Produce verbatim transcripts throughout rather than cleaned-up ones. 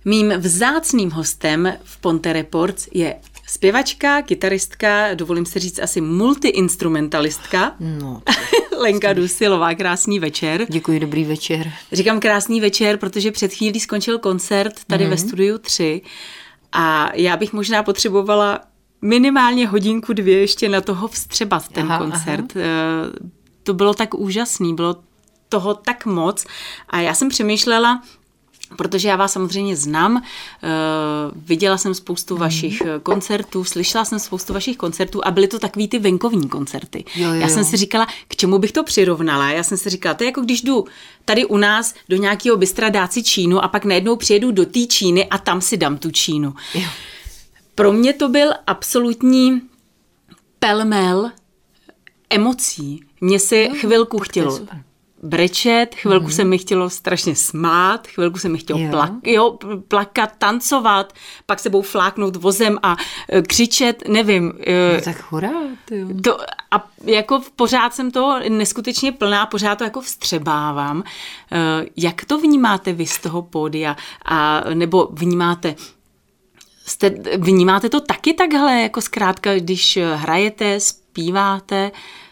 Mým vzácným hostem v Ponte Reports je zpěvačka, kytaristka, dovolím se říct asi multiinstrumentalistka, no, Lenka Dusilová. Krásný večer. Děkuji, dobrý večer. Říkám krásný večer, protože před chvílí skončil koncert tady mm-hmm. ve Studiu tři a já bych možná potřebovala minimálně hodinku, dvě ještě na toho vstřebat ten aha, koncert. Aha. To bylo tak úžasný, bylo toho tak moc a já jsem přemýšlela, protože já vás samozřejmě znám, uh, viděla jsem spoustu mm. vašich koncertů, slyšela jsem spoustu vašich koncertů a byly to takový ty venkovní koncerty. Jo, jo, já jsem si říkala, k čemu bych to přirovnala? Já jsem si říkala, to je jako když jdu tady u nás do nějakého bystra dát si čínu a pak najednou přijedu do té Číny a tam si dám tu čínu. Jo. Pro mě to byl absolutní pelmel emocí. Mně se jo, chvilku chtělo brečet, chvilku mm. se mi chtělo strašně smát, chvilku se mi chtělo jo. Plak, jo, plakat, tancovat, pak sebou fláknout vozem a e, křičet, nevím. E, no tak hurá, tyjo. To, a jako pořád jsem to neskutečně plná, pořád to jako vstřebávám. E, jak to vnímáte vy z toho pódia? A, nebo vnímáte... Jste, vnímáte to taky takhle, jako zkrátka, když hrajete, zpíváte?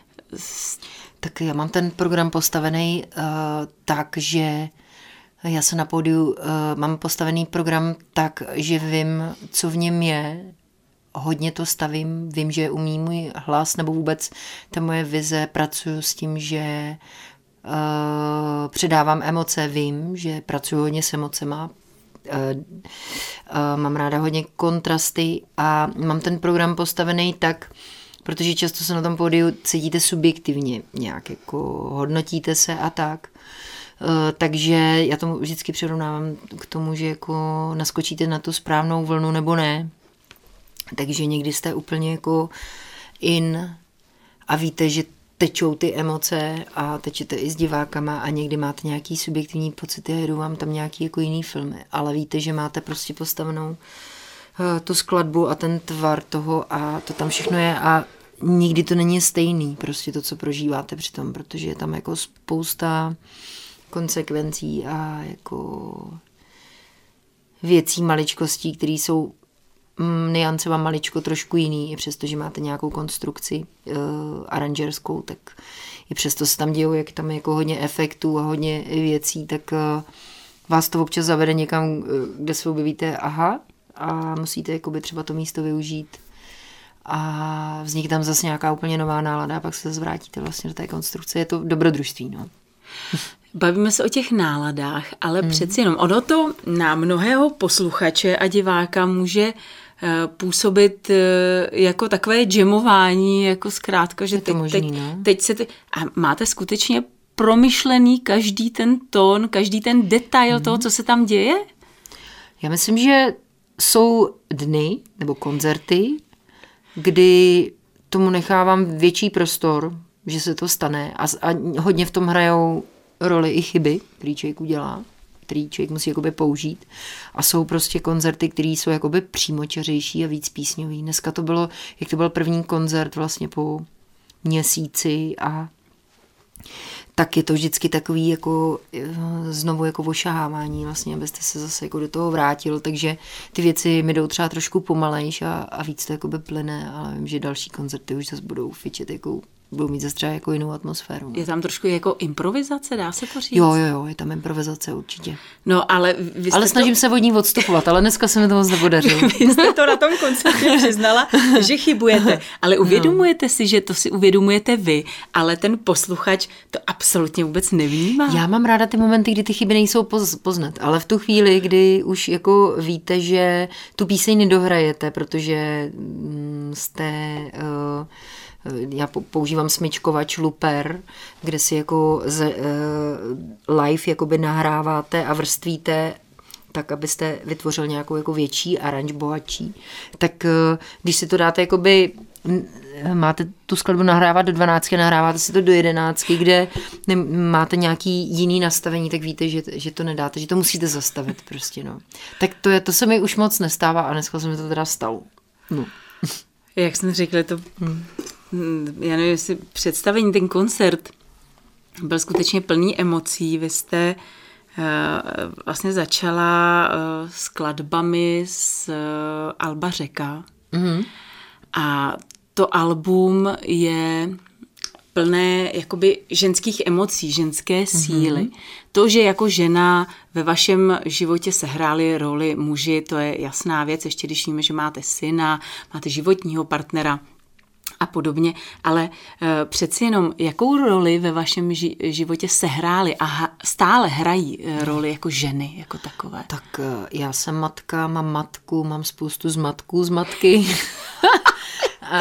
Tak já mám ten program postavený uh, tak, že já se na pódiu uh, mám postavený program tak, že vím, co v něm je, hodně to stavím, vím, že umí můj hlas, nebo vůbec ta moje vize, pracuju s tím, že uh, předávám emoce, vím, že pracuju hodně s emocema, Uh, uh, mám ráda hodně kontrasty a mám ten program postavený tak, protože často se na tom pódiu cítíte subjektivně nějak, jako hodnotíte se a tak. Uh, takže já tomu vždycky přirovnávám k tomu, že jako naskočíte na tu správnou vlnu nebo ne. Takže někdy jste úplně jako in a víte, že tečou ty emoce a tečete i s divákama a někdy máte nějaký subjektivní pocity a jedou vám tam nějaký jako jiný filmy, ale víte, že máte prostě postavenou uh, tu skladbu a ten tvar toho a to tam všechno je a nikdy to není stejný, prostě to, co prožíváte přitom, protože je tam jako spousta konsekvencí a jako věcí, maličkostí, které jsou niancema maličko trošku jiný, i přesto, že máte nějakou konstrukci uh, aranžerskou, tak i přesto se tam dějou, jak tam je jako hodně efektů a hodně věcí, tak uh, vás to občas zavede někam, uh, kde se objevíte aha a musíte jakoby třeba to místo využít a vznikne tam zase nějaká úplně nová nálada a pak se zvrátíte vlastně do té konstrukce. Je to dobrodružství, no. Bavíme se o těch náladách, ale mm. přeci jenom ono to na mnohého posluchače a diváka může působit jako takové jamování, jako zkrátka, že teď, možný, teď, no? teď se... Te... A máte skutečně promyšlený každý ten tón, každý ten detail mm. toho, co se tam děje? Já myslím, že jsou dny nebo koncerty, kdy tomu nechávám větší prostor, že se to stane a, a hodně v tom hrajou roli i chyby, který člověk udělá, který člověk musí jakoby použít a jsou prostě koncerty, které jsou jakoby přímočařejší a víc písňový. Dneska to bylo, jak to byl první koncert vlastně po měsíci a tak je to vždycky takový jako znovu jako ošahávání vlastně, abyste se zase jako do toho vrátil, takže ty věci mi jdou třeba trošku pomalejš a, a víc to jakoby plyne, ale vím, že další koncerty už zase budou fičet jako budou mít zase třeba jako jinou atmosféru. Je tam trošku jako improvizace, dá se to říct? Jo, jo, jo, je tam improvizace určitě. No, ale vy ale snažím to... se od ní odstupovat, ale dneska se mi to moc nepodařilo. Vy jste to na tom koncertě přiznala, že chybujete, ale uvědomujete no. si, že to si uvědomujete vy, ale ten posluchač to absolutně vůbec nevnímá. Já mám ráda ty momenty, kdy ty chyby nejsou poz, poznat, ale v tu chvíli, kdy už jako víte, že tu píseň nedohrajete, protože jste... Uh, já používám smyčkovač Looper, kde si jako z, uh, live jakoby nahráváte a vrstvíte tak, abyste vytvořil nějakou jako větší aranž, bohatší. Tak uh, když si to dáte jakoby, máte tu skladbu nahrávat do dvanáctky, nahráváte si to do jedenáctky, kde ne, máte nějaký jiný nastavení, tak víte, že, že to nedáte, že to musíte zastavit prostě, no. Tak to, je, to se mi už moc nestává a dneska se mi to teda stalo. No. Jak jsem řekla, to... Hmm. Já nevím, jestli představení, ten koncert byl skutečně plný emocí. Vy jste vlastně začala skladbami z alba Řeka. Mm-hmm. A to album je plné jakoby ženských emocí, ženské síly. Mm-hmm. To, že jako žena ve vašem životě sehráli roli muži, to je jasná věc, ještě když víme, že máte syna, máte životního partnera a podobně, ale e, přeci jenom jakou roli ve vašem ži- životě sehráli a ha- stále hrají e, roli jako ženy, jako takové? Tak e, já jsem matka, mám matku, mám spoustu zmatků z matky. a,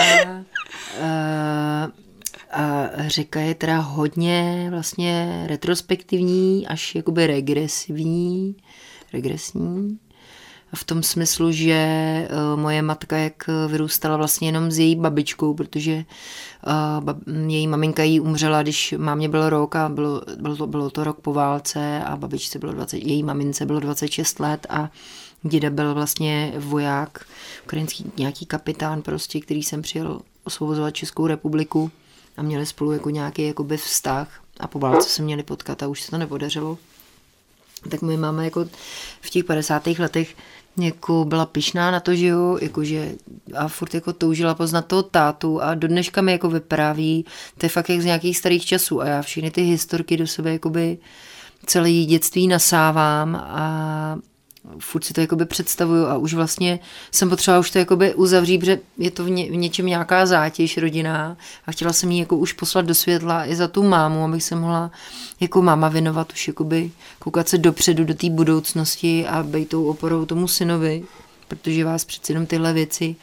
e, A Řeka je teda hodně vlastně retrospektivní, až jakoby regresivní, regresní. V tom smyslu, že moje matka, jak vyrůstala vlastně jenom s její babičkou, protože její maminka jí umřela, když mámě bylo rok a bylo, bylo, to, bylo to rok po válce a babičce bylo dvacet, její mamince bylo dvacet šest let a děda byl vlastně voják, ukrajinský nějaký kapitán prostě, který sem přijel osvobozovat Českou republiku. A měli spolu jako nějaký jakoby vztah a po válce se měli potkat a už se to nepodařilo. Tak moje máma jako v těch padesátých letech jako byla pyšná na to, že jo, jakože a furt jako toužila poznat toho tátu a do dneška mi jako vypráví, to je fakt jak z nějakých starých časů a já všechny ty historky do sebe jakoby celé jí dětství nasávám a furt si to jakoby představuju a už vlastně jsem potřebovala už to jakoby uzavřít, protože je to v, ně, v něčem nějaká zátěž rodinná a chtěla jsem jí jako už poslat do světla i za tu mámu, abych se mohla jako máma věnovat už jakoby koukat se dopředu do té budoucnosti a být tou oporou tomu synovi, protože vás přeci jenom tyhle věci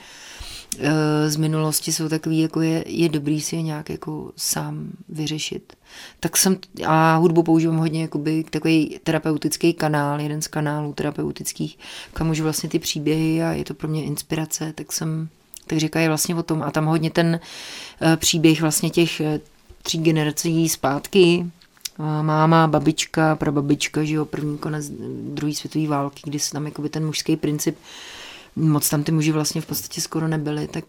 z minulosti jsou takový, jako je, je dobrý si je nějak jako sám vyřešit. Tak jsem, a hudbu používám hodně jakoby takový terapeutický kanál, jeden z kanálů terapeutických, kam už vlastně ty příběhy a je to pro mě inspirace, tak jsem, tak Řeka je vlastně o tom a tam hodně ten příběh vlastně těch tří generací zpátky, máma, babička, prababička, že jo, první konec druhé světové války, kdy se tam jakoby ten mužský princip moc tam ty muži vlastně v podstatě skoro nebyli, tak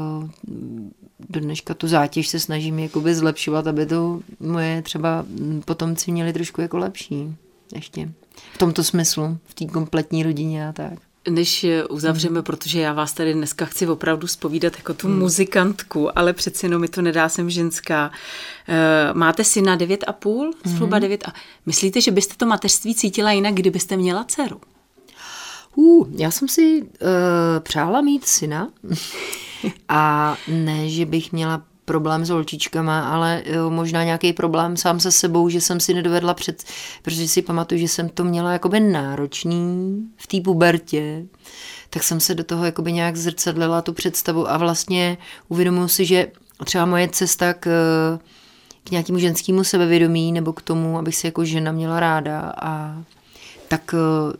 do dneška tu zátěž se snažím jakoby zlepšovat, aby to moje třeba potomci měli trošku jako lepší ještě. V tomto smyslu, v té kompletní rodině a tak. Než uzavřeme, mm. protože já vás tady dneska chci opravdu zpovídat jako tu mm. muzikantku, ale přeci jenom mi to nedá, jsem ženská. Máte syna devět a půl, zhruba devět a myslíte, že byste to mateřství cítila jinak, kdybyste měla dceru? Uh, já jsem si uh, přála mít syna a ne, že bych měla problém s holčičkama, ale jo, možná nějaký problém sám se sebou, že jsem si nedovedla před, protože si pamatuju, že jsem to měla jakoby náročný v té pubertě, tak jsem se do toho jakoby nějak zrcadlila tu představu a vlastně uvědomuji si, že třeba moje cesta k, k nějakému ženskému sebevědomí nebo k tomu, abych si jako žena měla ráda a tak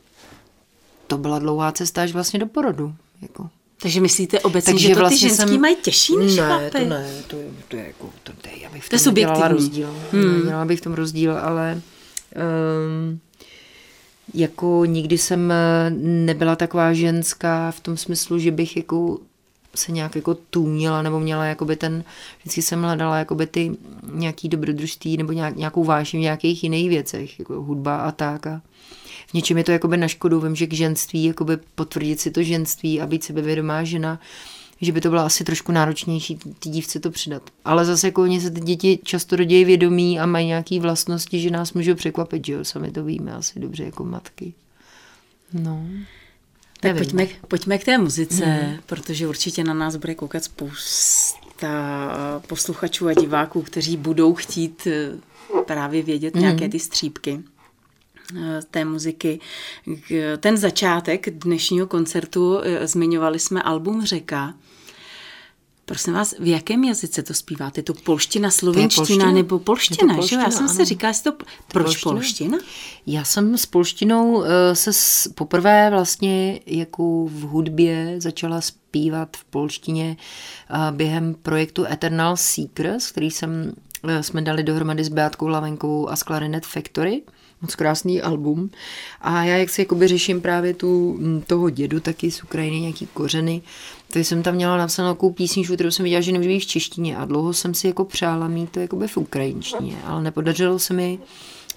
to byla dlouhá cesta až vlastně do porodu. Jako. Takže myslíte obecně, Takže že to vlastně ty ženský jsem... mají těžší než ne, chlapy? To ne, to je, to je jako, to, to je, já bych v tom nedělala rozdíl. Hmm. Nedělala bych v tom rozdíl, ale um, jako nikdy jsem nebyla taková ženská v tom smyslu, že bych jako se nějak jako tůnila nebo měla jakoby ten, vždycky jsem hledala jakoby ty nějaký dobrodružství nebo nějak, nějakou vášeň v nějakých jiných věcech, jako hudba a tak a v něčem je to jakoby na škodu, vím, že k ženství, jakoby potvrdit si to ženství a být sebevědomá žena, že by to bylo asi trošku náročnější ty dívce to přidat. Ale zase jako oni se ty děti často rodějí vědomí a mají nějaké vlastnosti, že nás můžou překvapit, že jo, sami to víme asi dobře jako matky. No. Tak pojďme, pojďme k té muzice, mm. protože určitě na nás bude koukat spousta posluchačů a diváků, kteří budou chtít právě vědět mm. nějaké ty střípky té muziky. Ten začátek dnešního koncertu, zmiňovali jsme album Řeka. Prosím vás, v jakém jazyce to zpíváte? Je to polština, slovinština nebo polština? Je polština, že? Já jsem ano. si říkala, jestli to... Proč polština? polština? Já jsem s polštinou se poprvé vlastně jako v hudbě začala zpívat v polštině během projektu Eternal Seekers, který jsem, jsme dali dohromady s Beatkou Lavenkovou a s Clarinet Factory. Moc krásný album. A já jak si jakoby řeším právě tu, toho dědu taky z Ukrajiny, nějaký kořeny, tak jsem tam měla napsanou takovou písničku, kterou jsem viděla, že nemůže být v češtině a dlouho jsem si jako přála mít to jakoby v ukrajinštině, ale nepodařilo se mi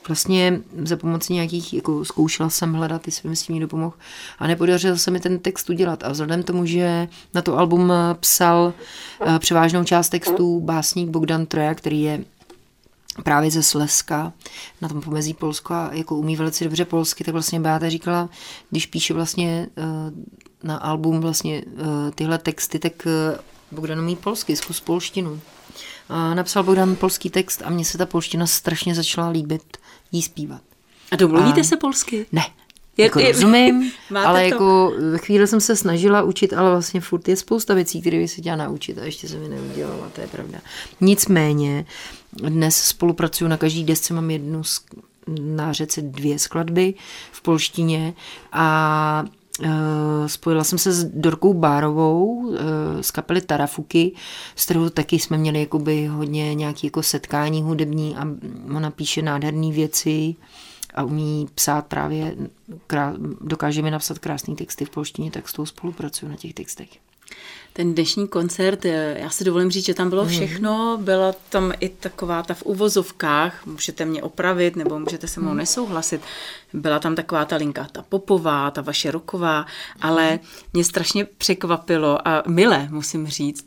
vlastně za pomocí nějakých, jako zkoušela jsem hledat, ty jsem s tím někdo pomohl a nepodařilo se mi ten text udělat. A vzhledem tomu, že na to album psal uh, převážnou část textů básník Bogdan Troja, který je právě ze Slezska, na tom pomezí Polsko a jako umí velice dobře polsky, tak vlastně Beáta říkala, když píše vlastně uh, na album vlastně uh, tyhle texty, tak uh, Bogdan umí polsky, zkus polštinu. A napsal Bogdan polský text a mně se ta polština strašně začala líbit jí zpívat. A domluvíte a... se polsky? Ne. Je, jako je, rozumím, ale to? jako ve chvíli jsem se snažila učit, ale vlastně furt je spousta věcí, které by se chtěla naučit a ještě se mi neudělala, to je pravda. Nicméně dnes spolupracuju na každý desce, mám jednu na řece dvě skladby v polštině a Uh, spojila jsem se s Dorkou Bárovou uh, z kapely Tarafuky, s kterou taky jsme měli jakoby hodně nějaké jako setkání hudební a ona píše nádherné věci a umí psát právě, krá, dokáže mi napsat krásné texty v polštině, tak s tou spolupracuju na těch textech. Ten dnešní koncert, já si dovolím říct, že tam bylo všechno, byla tam i taková ta v uvozovkách, můžete mě opravit, nebo můžete se mnou nesouhlasit, byla tam taková ta linka, ta popová, ta vaše rocková, ale mě strašně překvapilo a milé, musím říct,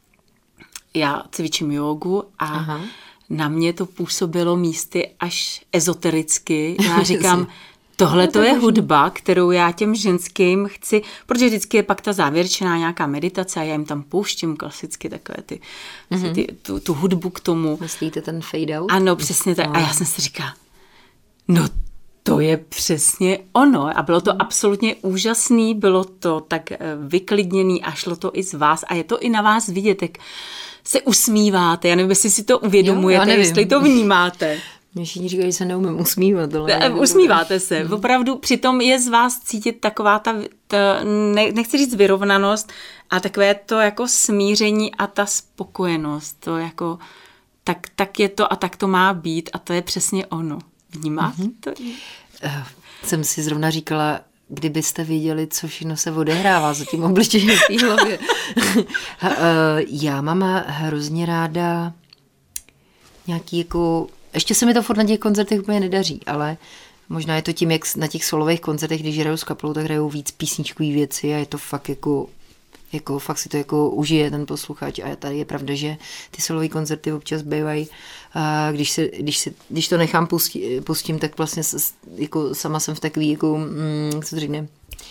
já cvičím jógu a Aha. na mě to působilo místy až ezotericky, já říkám, tohle to je hudba, kterou já těm ženským chci, protože vždycky je pak ta závěrečná nějaká meditace a já jim tam pouštím klasicky takové ty, mm-hmm. ty tu, tu hudbu k tomu. Myslíte ten fade out? Ano, přesně tak. A já jsem si říkala, no to je přesně ono. A bylo to mm. absolutně úžasný, bylo to tak vyklidněný a šlo to i z vás a je to i na vás vidět, jak se usmíváte. Já nevím, jestli si to uvědomujete, jo, jestli to vnímáte. Mě všichni říkají, že se neumím usmívat. Ale Usmíváte se. Hmm. Opravdu přitom je z vás cítit taková ta, ta ne, nechci říct vyrovnanost, a takové to jako smíření a ta spokojenost. To jako, tak, tak je to a tak to má být a to je přesně ono. Vnímáte hmm. to? Uh, jsem si zrovna říkala, kdybyste viděli, co všechno se odehrává za tím obličejem v té hlavě. uh, já mám hrozně ráda nějaký jako... Ještě se mi to furt na těch koncertech úplně nedaří, ale možná je to tím, jak na těch solových koncertech, když hrajou s kapelou, tak hrajou víc písničkový věci a je to fakt jako, jako fakt si to jako užije ten posluchač a tady je pravda, že ty solové koncerty občas bývají, když, se, když, se, když to nechám pustí, pustím, tak vlastně jako sama jsem v takový, jako, jak se to řekne,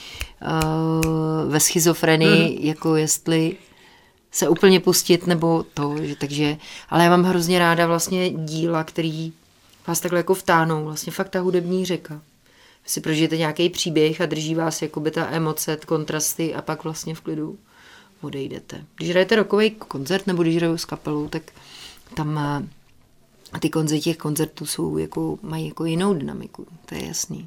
ve schizofrenii, mm. jako jestli se úplně pustit, nebo to, že, takže, ale já mám hrozně ráda vlastně díla, který vás takhle jako vtáhnou, vlastně fakt ta hudební řeka. Vy si prožijete nějaký příběh a drží vás jakoby ta emoce, kontrasty a pak vlastně v klidu odejdete. Když hrajete rockový koncert nebo když hraju s kapelou, tak tam ty koncerty těch koncertů jsou jako, mají jako jinou dynamiku, to je jasný.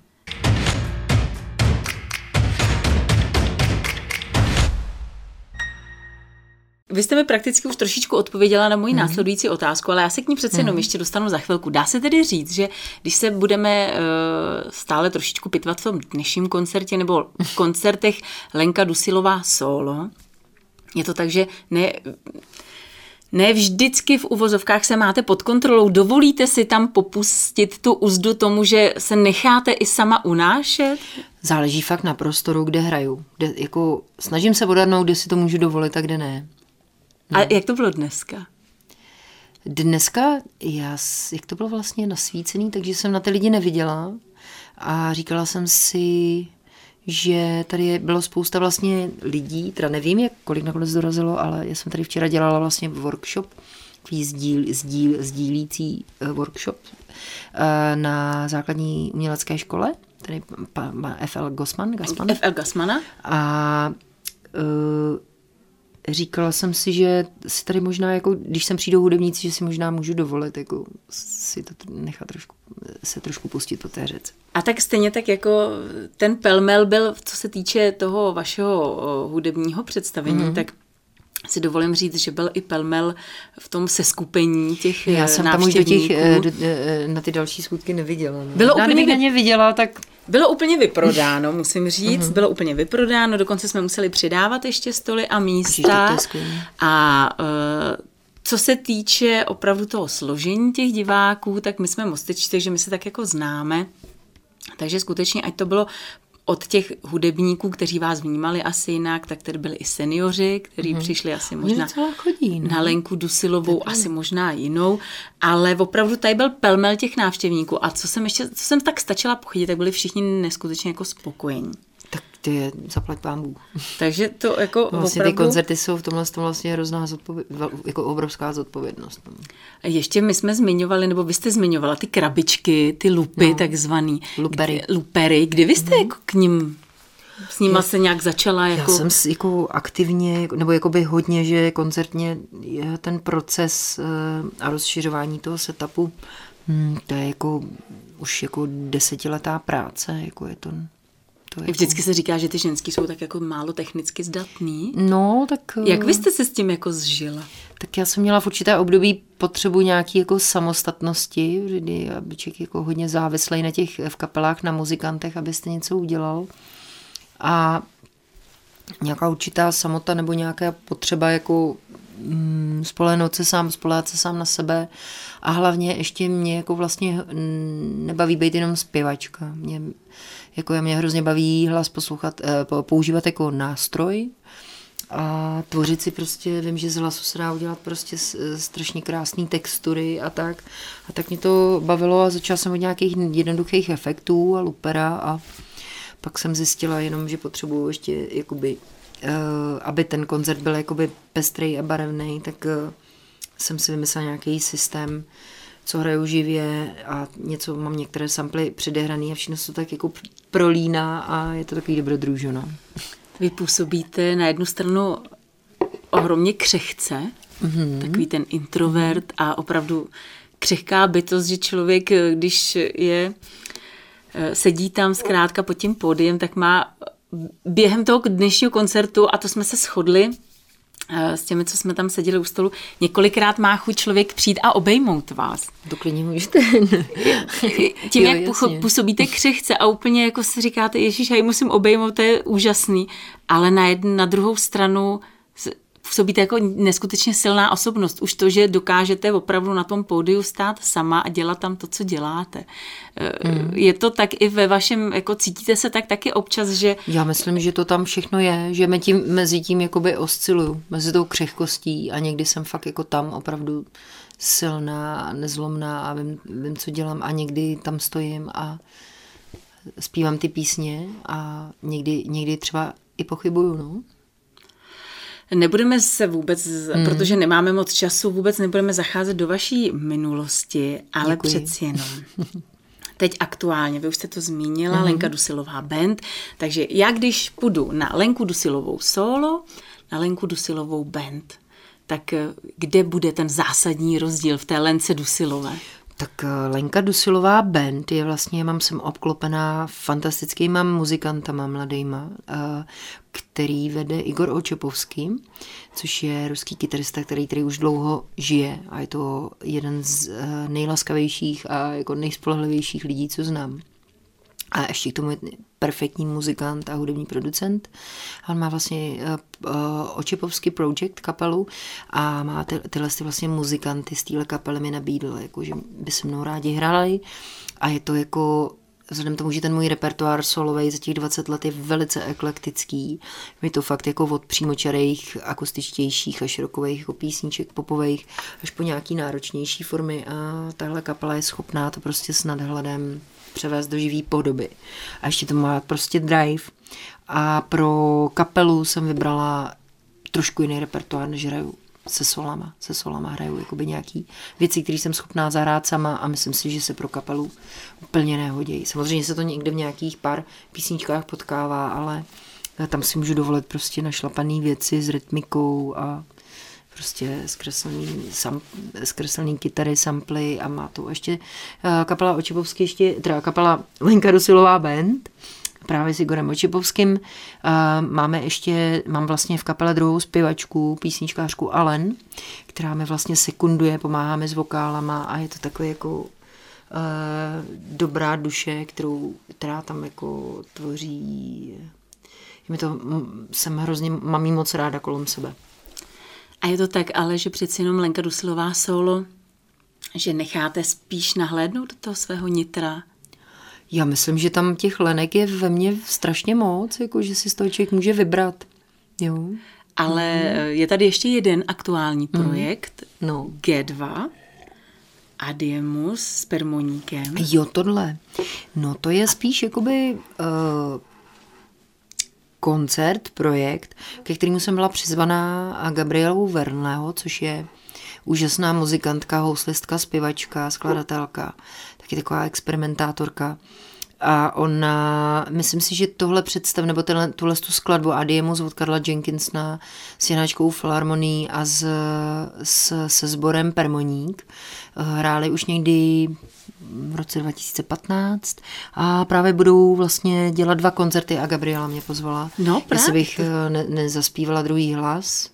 Vy jste mi prakticky už trošičku odpověděla na moji mm. následující otázku, ale já se k ní přece jenom mm. ještě dostanu za chvilku. Dá se tedy říct, že když se budeme uh, stále trošičku pitvat v tom dnešním koncertě nebo v koncertech Lenka Dusilová solo, je to tak, že ne... Ne vždycky v uvozovkách se máte pod kontrolou. Dovolíte si tam popustit tu uzdu tomu, že se necháte i sama unášet? Záleží fakt na prostoru, kde hraju. Kde, jako, snažím se odhadnout, kde si to můžu dovolit a kde ne. No. A jak to bylo dneska? Dneska, já, jak to bylo vlastně nasvícený, takže jsem na ty lidi neviděla a říkala jsem si, že tady je, bylo spousta vlastně lidí, teda nevím, jak, kolik nakonec dorazilo, ale já jsem tady včera dělala vlastně workshop, takový sdíl, sdíl, sdílící workshop na základní umělecké škole, tady F L Gossman, Gassman. F L Gassmana. A uh, říkala jsem si, že si tady možná, jako, když sem přijdou hudebníci, že si možná můžu dovolit jako si to nechat trošku, se trošku pustit po té řece. A tak stejně tak jako ten pelmel byl, co se týče toho vašeho hudebního představení, mm-hmm. tak si dovolím říct, že byl i pelmel v tom seskupení těch návštěvníků. Já jsem tam už do těch, do, na ty další schůdky neviděla. No. Bylo úplně vy... na ně viděla, tak... Bylo úplně vyprodáno, musím říct. Uh-huh. Bylo úplně vyprodáno, dokonce jsme museli přidávat ještě stoly a místa. A uh, co se týče opravdu toho složení těch diváků, tak my jsme Mostečtí, takže my se tak jako známe. Takže skutečně, ať to bylo od těch hudebníků, kteří vás vnímali asi jinak, tak tady byli i seniori, kteří mm-hmm. přišli asi možná chodí, na Lenku Dusilovou, asi možná jinou, ale opravdu tady byl pelmel těch návštěvníků a co jsem ještě, co jsem tak stačila pochytit, tak byli všichni neskutečně jako spokojení. Tak ty je zaplať pán Bůh. Takže to jako vlastně opravdu... ty koncerty jsou v tomhle tom vlastně hrozná zodpověd... jako obrovská zodpovědnost. Ještě my jsme zmiňovali, nebo vy jste zmiňovala ty krabičky, ty lupy no, takzvaný. Lupery. Kdy, lupery. Kdy vy jste mm-hmm. jako k nim, s nima já, se nějak začala? Jako... Já jsem jako aktivně, nebo jakoby hodně, že koncertně je ten proces a rozšiřování toho setupu, hmm, to je jako už jako desetiletá práce, jako je to... Jako... Vždycky se říká, že ty ženský jsou tak jako málo technicky zdatný. No, tak... Jak vy jste se s tím jako zžila? Tak já jsem měla v určité období potřebu nějaký jako samostatnosti, kdy aby člověk jako hodně závislej na těch v kapelách, na muzikantech, abyste něco udělal. A nějaká určitá samota nebo nějaká potřeba jako mm, spolehnout se sám, spoléhat se sám na sebe. A hlavně ještě mě jako vlastně nebaví být jenom zpěvačka. Mě, jako mě hrozně baví hlas poslouchat, používat jako nástroj a tvořit si prostě, vím, že z hlasu se dá udělat prostě strašně krásné textury a tak. A tak mě to bavilo a začala jsem od nějakých jednoduchých efektů a lupera a pak jsem zjistila jenom, že potřebuju ještě jakoby, aby ten koncert byl jakoby pestrej a barevný, tak jsem si vymyslela nějaký systém, co hraju živě a něco, mám některé samply předehraný a všechno se to tak jako prolíná a je to takový dobrodružo, no. Vy působíte na jednu stranu ohromně křehce, mm-hmm. takový ten introvert a opravdu křehká bytost, že člověk, když je, sedí tam zkrátka pod tím pódiem, tak má během toho dnešního koncertu, a to jsme se shodli s těmi, co jsme tam seděli u stolu, několikrát má chuť člověk přijít a obejmout vás. To klidně můžete. Tím, jo, jak jasně. Působíte křehce a úplně jako si říkáte, ježiš, já ji musím obejmout, to je úžasný, ale na jednu, na druhou stranu působíte jako neskutečně silná osobnost. Už to, že dokážete opravdu na tom pódiu stát sama a dělat tam to, co děláte. Mm. Je to tak i ve vašem, jako cítíte se tak taky občas, že... Já myslím, že to tam všechno je, že me tím, mezi tím jakoby osciluju, mezi tou křehkostí a někdy jsem fakt jako tam opravdu silná, nezlomná a vím, vím, co dělám a někdy tam stojím a zpívám ty písně a někdy, někdy třeba i pochybuju, no. Nebudeme se vůbec, mm. protože nemáme moc času, vůbec nebudeme zacházet do vaší minulosti, ale Děkuji. Přeci jenom. Teď aktuálně, vy už jste to zmínila, mm. Lenka Dusilová band, takže já když půjdu na Lenku Dusilovou solo, na Lenku Dusilovou band, tak kde bude ten zásadní rozdíl v té Lence Dusilové? Tak Lenka Dusilová band je vlastně, mám jsem obklopená fantastickýma muzikantama mladýma, který vede Igor Očepovský, což je ruský kytarista, který tady už dlouho žije a je to jeden z nejlaskavějších a jako nejspolehlivějších lidí, co znám. A ještě k tomu je perfektní muzikant a hudební producent. On má vlastně uh, Očepovský Project kapelu a má ty, tyhle ty vlastně muzikanty z téhle kapely mi nabídl, jako, že by se mnou rádi hráli a je to jako, vzhledem tomu, že ten můj repertoár solovej za těch dvacet let je velice eklektický, je to fakt jako od přímočarejch, akustičtějších až rockových jako písniček popových, až po nějaký náročnější formy a tahle kapela je schopná to prostě s nadhledem převést do živý podoby. A ještě to má prostě drive. A pro kapelu jsem vybrala trošku jiný repertoár, než hraju se solama. Se solama hraju jakoby nějaký věci, které jsem schopná zahrát sama a myslím si, že se pro kapelu úplně nehodí. Samozřejmě se to někde v nějakých pár písničkách potkává, ale tam si můžu dovolit prostě našlapaný věci s rytmikou a prostě zkreslený, sam, zkreslený kytary, samply a má to ještě uh, kapela Očepovský, ještě, teda kapela Lenka Dusilová band, právě s Igorem Očepovským. Uh, máme ještě, mám vlastně v kapele druhou zpěvačku, písničkářku Alen, která mi vlastně sekunduje, pomáhá mi s vokálama a je to takový jako uh, dobrá duše, kterou, která tam jako tvoří. Je mi to, jsem hrozně, mám jí moc ráda kolem sebe. A je to tak ale, že přeci jenom Lenka Dusilová solo, že necháte spíš nahlédnout do toho svého nitra? Já myslím, že tam těch Lenek je ve mně strašně moc, jako že si z toho člověk může vybrat. Jo. Ale mm. je tady ještě jeden aktuální projekt, mm. no. G dva, Adiemus s Permoníkem. Jo, tohle. No to je spíš jakoby uh, koncert, projekt, ke kterému jsem byla přizvaná Gabrielou Verného, což je úžasná muzikantka, houslistka, zpěvačka, skladatelka, taky taková experimentátorka. A ona, myslím si, že tohle představ, nebo tenhle, tuhle tu skladbu Adiemus od Karla Jenkinsona s Janáčkovou filharmonií a s, s, se sborem Permoník hráli už někdy v roce dva tisíce patnáct a právě budou vlastně dělat dva koncerty a Gabriela mě pozvala. No, jestli bych ne, nezaspívala druhý hlas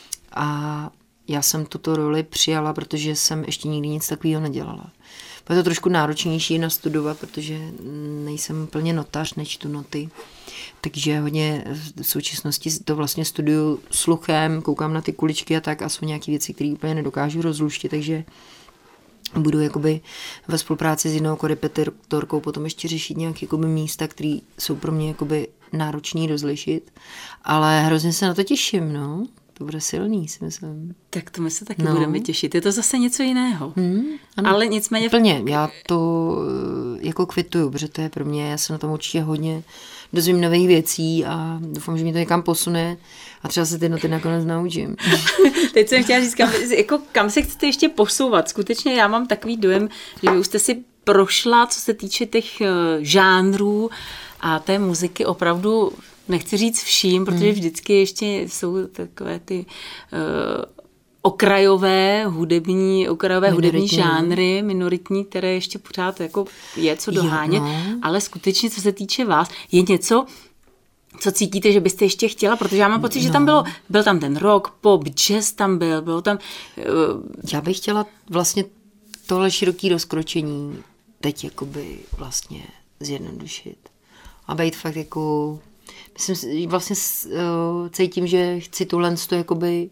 a já jsem tuto roli přijala, protože jsem ještě nikdy nic takového nedělala. Bylo to trošku náročnější nastudovat, protože nejsem plně notař, nečtu noty. Takže hodně v současnosti to vlastně studuju sluchem, koukám na ty kuličky a tak a jsou nějaké věci, které úplně nedokážu rozluštit, takže budu jakoby ve spolupráci s jinou korepetitorkou potom ještě řešit nějaké jakoby místa, které jsou pro mě jakoby náročný rozlišit, ale hrozně se na to těším, no. To bude silný, si myslím. Tak to my se taky no. budeme těšit. Je to zase něco jiného. Hmm, ale nicméně... Plně, já to jako kvituju, protože to je pro mě, já se na tom určitě hodně dozvím nových věcí a doufám, že mě to někam posune a třeba se ty noty nakonec naučím. Teď jsem chtěla říct, kam, jako, kam se chcete ještě posouvat. Skutečně já mám takový dojem, že vy už jste si prošla, co se týče těch uh, žánrů a té muziky opravdu... Nechci říct vším, protože vždycky ještě jsou takové ty uh, okrajové hudební, okrajové hudební žánry, minoritní, které ještě pořád jako je co dohánět, no. Ale skutečně, co se týče vás, je něco, co cítíte, že byste ještě chtěla, protože já mám pocit, no. že tam bylo, byl tam ten rock, pop, jazz tam byl, bylo tam... Uh, já bych chtěla vlastně tohle široký rozkročení teď jakoby vlastně zjednodušit a být fakt jako... Myslím si, vlastně uh, cítím, že chci tuhle tu jakoby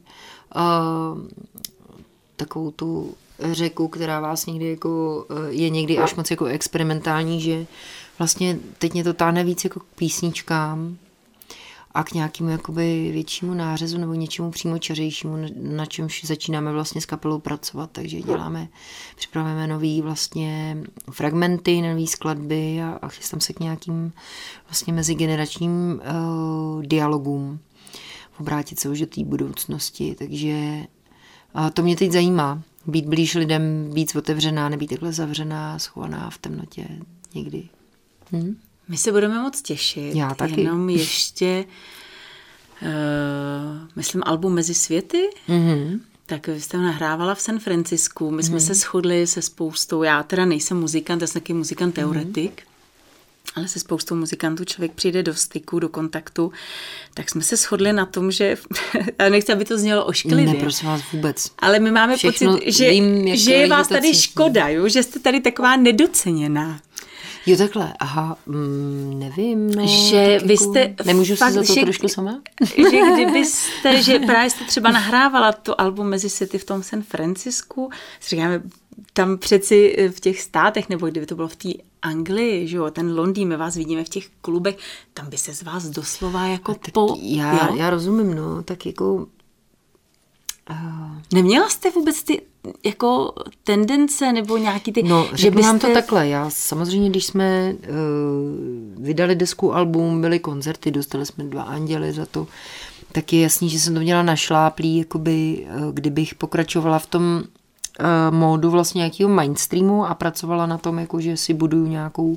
uh, takovou tu řeku, která vás někdy jako uh, je někdy až moc jako experimentální, že vlastně teď mě to táhne víc jako k písničkám a k nějakému jakoby většímu nářezu nebo něčemu přímočařejšímu, na čemž začínáme vlastně s kapelou pracovat, takže děláme, připravujeme nový vlastně fragmenty, nový skladby a, a chystám se k nějakým vlastně mezigeneračním uh, dialogům, obrátit se už do té budoucnosti, takže uh, to mě teď zajímá, být blíž lidem, být otevřená, nebýt takhle zavřená, schovaná v temnotě někdy. Hm? My se budeme moc těšit. Já taky. Jenom ještě, uh, myslím, album Mezi světy, mm-hmm. tak vy jste ho nahrávala v San Francisku. My jsme mm-hmm. se shodli se spoustou, já teda nejsem muzikant, já jsem taky muzikant teoretik, mm-hmm. ale se spoustou muzikantů člověk přijde do styku, do kontaktu, tak jsme se shodli na tom, že, já nechci, aby to znělo ošklivě. Ne, prosím vás, vůbec. Ale my máme Všechno pocit, že, vím, že je vás tady škoda, jo? Že jste tady taková nedoceněná. Jo, takhle, aha, mm, nevím, no, že vy jako, jste nemůžu fakt, si za to že, trošku sama? Že kdybyste, že právě jste třeba nahrávala to album Mezi světy v tom San Francisku, říkáme, tam přeci v těch státech, nebo kdyby to bylo v té Anglii, že jo, ten Londýn, my vás vidíme v těch klubech, tam by se z vás doslova jako po... Já, já rozumím, no, tak jako... Uh. Neměla jste vůbec ty jako tendence nebo nějaký ty... No, že byste... nám to takhle. Já samozřejmě, když jsme uh, vydali desku, album, byly koncerty, dostali jsme dva anděly za to, tak je jasný, že jsem to měla našláplý, jakoby, uh, kdybych pokračovala v tom uh, módu vlastně nějakého mainstreamu a pracovala na tom, jako, že si buduju nějakou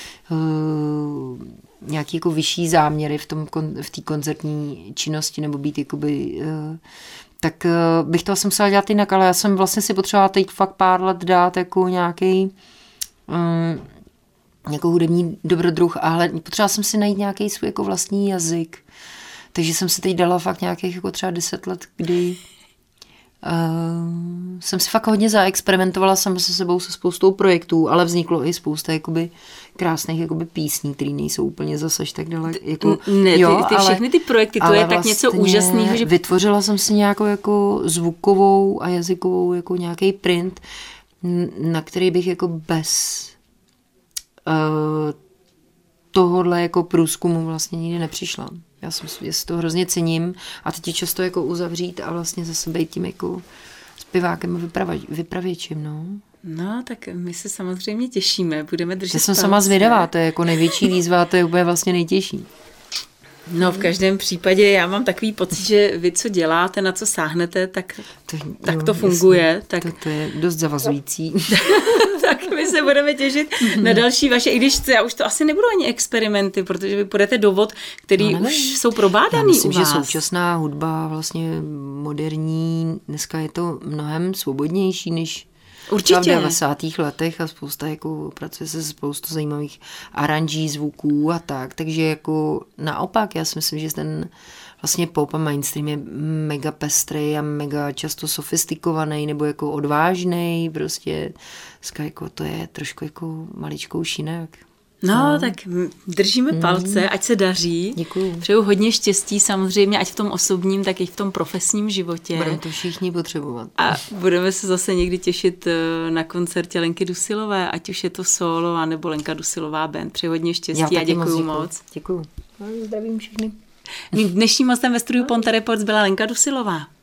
uh, nějaký jako vyšší záměry v tom v té koncertní činnosti nebo být jakoby... Uh, tak uh, bych to asi musela dělat jinak, ale já jsem vlastně si potřebovala teď fakt pár let dát jako nějaký um, nějakou hudební dobrodruh a hled, potřebovala jsem si najít nějaký svůj jako vlastní jazyk. Takže jsem si teď dala fakt nějakých jako třeba deset let, kdy Uh, jsem si fakt hodně zaexperimentovala sama se sebou se spoustou projektů, ale vzniklo i spousta jakoby krásných jakoby písní, které nejsou úplně zase tak daleko. Jako, ne, jo, ty, ty ale, všechny ty projekty, to je tak vlastně něco úžasného, že... Vytvořila jsem si nějakou jako zvukovou a jazykovou jako nějaký print, na který bych jako bez uh, tohodle jako průzkumu vlastně nikdy nepřišla. Já jsem si to hrozně cením a teď je často jako uzavřít a vlastně zase být tím jako zpěvákem a vyprava- vypravěčem, no. No, tak my se samozřejmě těšíme, budeme držet. Já jsem sama zvědavá, to je jako největší výzva, to je úplně vlastně nejtěžší. No, v každém případě já mám takový pocit, že vy, co děláte, na co sáhnete, tak to, tak jo, to funguje. Jasně, tak... To, to je dost zavazující. Tak my se budeme těšit na další vaše, i když já už to asi nebudou ani experimenty, protože vy půjdete do vod, který no, už jsou probádaný já myslím, u vás. že současná hudba, vlastně moderní, dneska je to mnohem svobodnější, než určitě v devadesátých letech a spousta jako pracuje se spoustu zajímavých aranží, zvuků a tak, takže jako naopak, já si myslím, že ten vlastně pop a mainstream je mega pestrý a mega často sofistikovaný nebo jako odvážnej, prostě dneska jako to je trošku jako maličkou šinek. No, no, tak držíme palce, mm. ať se daří. Děkuju. Přeju hodně štěstí samozřejmě, ať v tom osobním, tak i v tom profesním životě. Budeme to všichni potřebovat. A budeme se zase někdy těšit na koncertě Lenky Dusilové, ať už je to solo, anebo Lenka Dusilová band. Přeju hodně štěstí a děkuju moc. moc. Děkuju. Zdravím všechny. Dnešním hostem ve studiu Ponte Reports byla Lenka Dusilová.